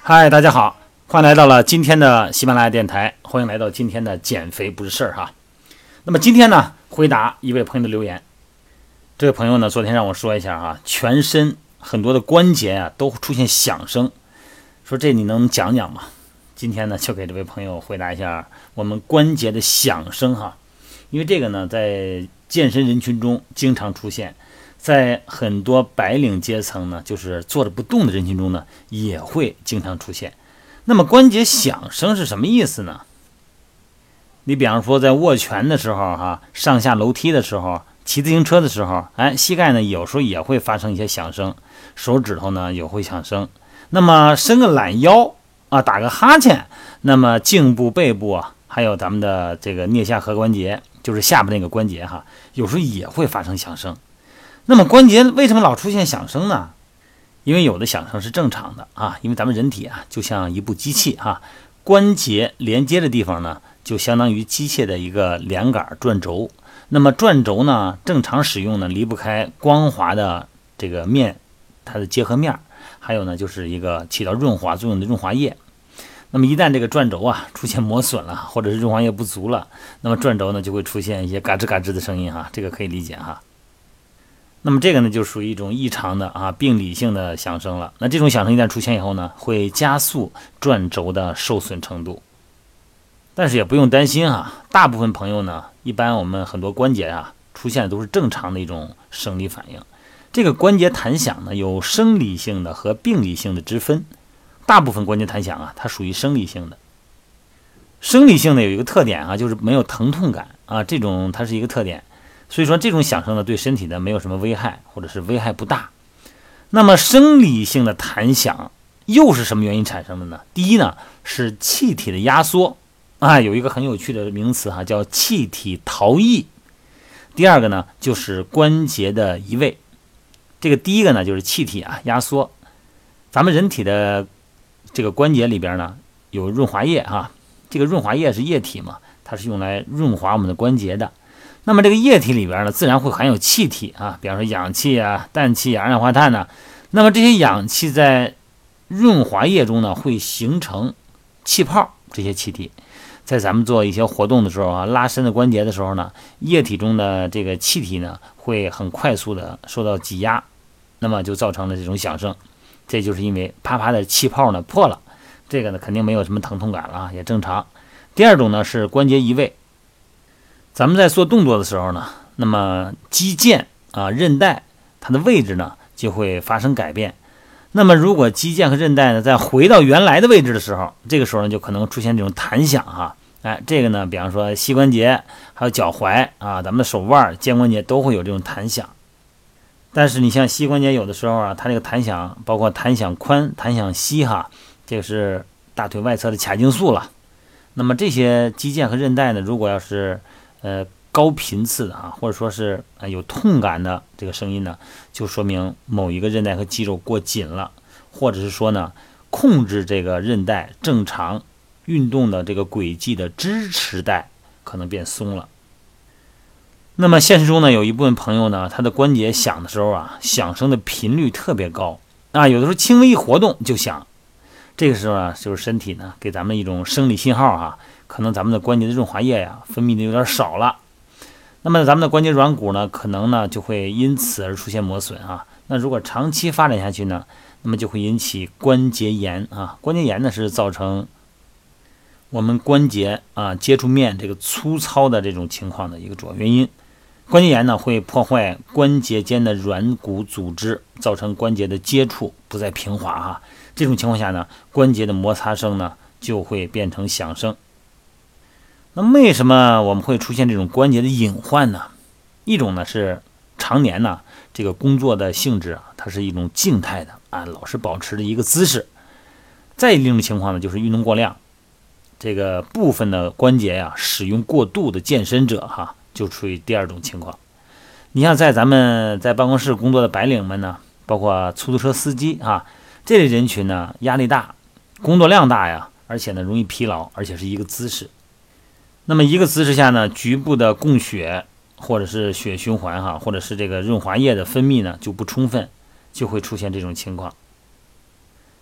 嗨，大家好，欢迎来到了今天的喜马拉雅电台，欢迎来到今天的减肥不是事儿哈。那么今天呢，回答一位朋友的留言。这位朋友呢，昨天让我说一下哈，全身很多的关节啊都出现响声，说这你能讲讲吗？今天呢，就给这位朋友回答一下我们关节的响声哈，因为这个呢，在健身人群中经常出现。在很多白领阶层呢，就是坐着不动的人群中呢，也会经常出现。那么关节响声是什么意思呢？你比方说在握拳的时候哈，上下楼梯的时候，骑自行车的时候，膝盖呢有时候也会发生一些响声，手指头呢也会响声。那么伸个懒腰啊，打个哈欠，那么颈部、背部啊，还有咱们的这个颞下颌关节，就是下巴那个关节哈，有时候也会发生响声。那么关节为什么老出现响声呢？因为有的响声是正常的啊，因为咱们人体啊就像一部机器啊，关节连接的地方呢就相当于机械的一个连杆转轴。那么转轴呢正常使用呢离不开光滑的这个面，它的结合面，还有呢就是一个起到润滑作用的润滑液。那么一旦这个转轴啊出现磨损了，或者是润滑液不足了，那么转轴呢就会出现一些嘎吱嘎吱的声音哈，这个可以理解哈。那么这个呢就属于一种异常的病理性的响声了。那这种响声一旦出现以后呢，会加速转轴的受损程度。但是也不用担心大部分朋友呢，一般我们很多关节出现的都是正常的一种生理反应。这个关节弹响呢有生理性的和病理性的之分。大部分关节弹响它属于生理性的。生理性的有一个特点就是没有疼痛感这种它是一个特点。所以说这种响声呢对身体呢没有什么危害，或者是危害不大。那么生理性的弹响又是什么原因产生的呢？第一呢是气体的压缩有一个很有趣的名词叫气体逃逸。第二个呢就是关节的移位。这个第一个呢就是气体压缩。咱们人体的这个关节里边呢有润滑液这个润滑液是液体嘛，它是用来润滑我们的关节的。那么这个液体里边呢，自然会含有气体比方说氧气氮气二氧化碳呢。那么这些氧气在润滑液中呢，会形成气泡，这些气体在咱们做一些活动的时候拉伸的关节的时候呢，液体中的这个气体呢，会很快速的受到挤压，那么就造成了这种响声。这就是因为啪啪的气泡呢破了，这个呢肯定没有什么疼痛感了也正常。第二种呢是关节移位。咱们在做动作的时候呢，那么肌腱韧带它的位置呢就会发生改变。那么如果肌腱和韧带呢再回到原来的位置的时候，这个时候呢就可能出现这种弹响这个呢比方说膝关节还有脚踝咱们的手腕肩关节都会有这种弹响。但是你像膝关节有的时候它这个弹响包括弹响髋弹响膝这个是大腿外侧的髂胫束了。那么这些肌腱和韧带呢，如果要是高频次的或者说是有痛感的这个声音呢，就说明某一个韧带和肌肉过紧了，或者是说呢控制这个韧带正常运动的这个轨迹的支持带可能变松了。那么现实中呢，有一部分朋友呢，他的关节响的时候响声的频率特别高有的时候轻微一活动就响。这个时候就是身体呢给咱们一种生理信号可能咱们的关节的润滑液分泌的有点少了。那么咱们的关节软骨呢可能呢就会因此而出现磨损那如果长期发展下去呢，那么就会引起关节炎关节炎呢是造成我们关节接触面这个粗糙的这种情况的一个主要原因。关节炎呢会破坏关节间的软骨组织，造成关节的接触不再平滑这种情况下呢，关节的摩擦声呢就会变成响声。那为什么我们会出现这种关节的隐患呢？一种呢是常年呢这个工作的性质它是一种静态的老是保持的一个姿势。再一种情况呢就是运动过量，这个部分的关节使用过度的健身者就处于第二种情况。你像咱们在办公室工作的白领们呢，包括出租车司机这类人群呢压力大，工作量大而且呢容易疲劳，而且是一个姿势。那么一个姿势下呢，局部的供血或者是血循环或者是这个润滑液的分泌呢就不充分，就会出现这种情况。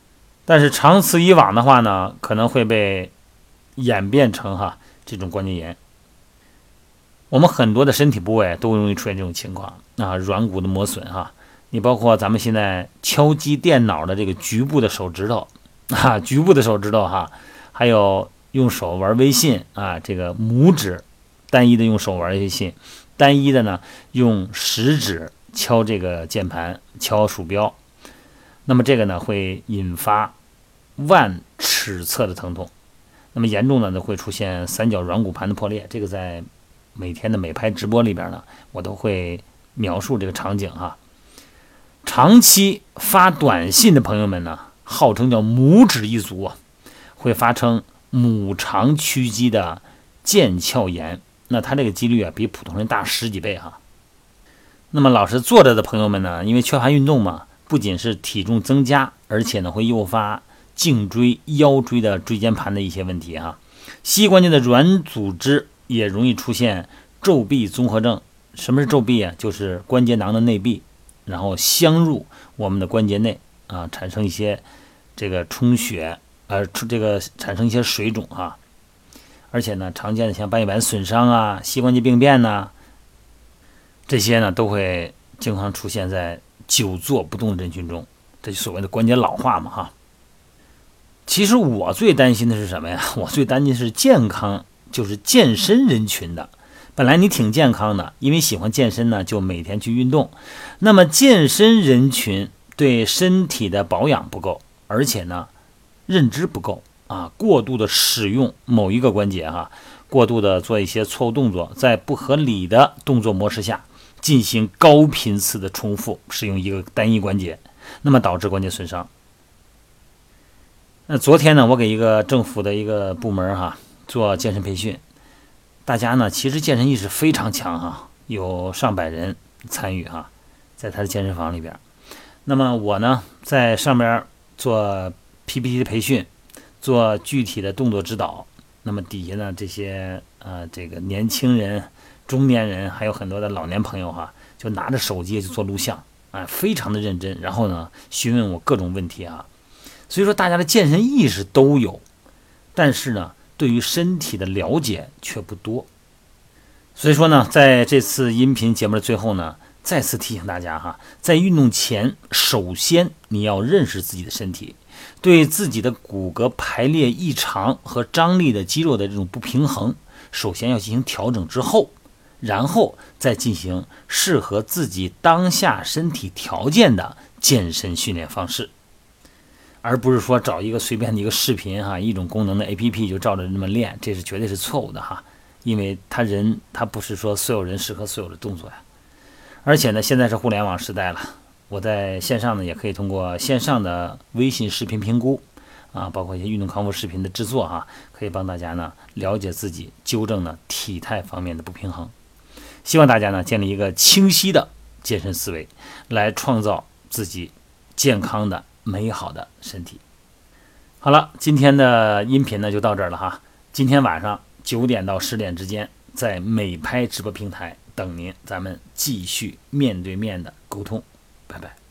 但是长此以往的话呢，可能会被演变成这种关节炎。我们很多的身体部位都容易出现这种情况软骨的磨损你包括咱们现在敲击电脑的这个局部的手指头局部的手指头还有用手玩微信这个拇指单一的用手玩微信，单一的呢用食指敲这个键盘敲鼠标，那么这个呢会引发腕尺侧的疼痛，那么严重的呢会出现三角软骨盘的破裂，这个在每天的美拍直播里边呢我都会描述这个场景长期发短信的朋友们呢，号称叫拇指一族会发生母长屈肌的腱鞘炎，那它这个几率比普通人大10几倍那么老是坐着的朋友们呢，因为缺乏运动嘛，不仅是体重增加，而且呢会诱发颈椎、腰椎的椎间盘的一些问题膝关节的软组织也容易出现皱壁综合症。什么是皱壁就是关节囊的内壁，然后镶入我们的关节内产生一些这个充血这个产生一些水肿而且呢常见的像半月板损伤膝关节病变这些呢都会经常出现在久坐不动的人群中，这就所谓的关节老化嘛其实我最担心的是什么呀？我最担心是健康，就是健身人群的。本来你挺健康的，因为喜欢健身呢，就每天去运动。那么健身人群对身体的保养不够，而且呢，认知不够过度的使用某一个关节过度的做一些错误动作，在不合理的动作模式下进行高频次的重复使用一个单一关节，那么导致关节损伤。那昨天呢，我给一个政府的一个部门做健身培训，大家呢其实健身意识非常强有上百人参与在他的健身房里边。那么我呢在上边做 PPT 的培训，做具体的动作指导，那么底下呢这些这个年轻人、中年人还有很多的老年朋友就拿着手机就做录像非常的认真，然后呢询问我各种问题所以说大家的健身意识都有，但是呢对于身体的了解却不多。所以说呢，在这次音频节目的最后呢，再次提醒大家在运动前，首先你要认识自己的身体，对自己的骨骼排列异常和张力的肌肉的这种不平衡，首先要进行调整之后，然后再进行适合自己当下身体条件的健身训练方式，而不是说找一个随便的一个视频一种功能的 APP 就照着那么练，这是绝对是错误的因为他不是说所有人适合所有的动作而且呢现在是互联网时代了，我在线上呢也可以通过线上的微信视频评估包括一些运动康复视频的制作可以帮大家呢了解自己，纠正呢体态方面的不平衡。希望大家呢建立一个清晰的健身思维，来创造自己健康的美好的身体。好了，今天的音频呢就到这儿了今天晚上9点到10点之间，在美拍直播平台等您，咱们继续面对面的沟通。拜拜。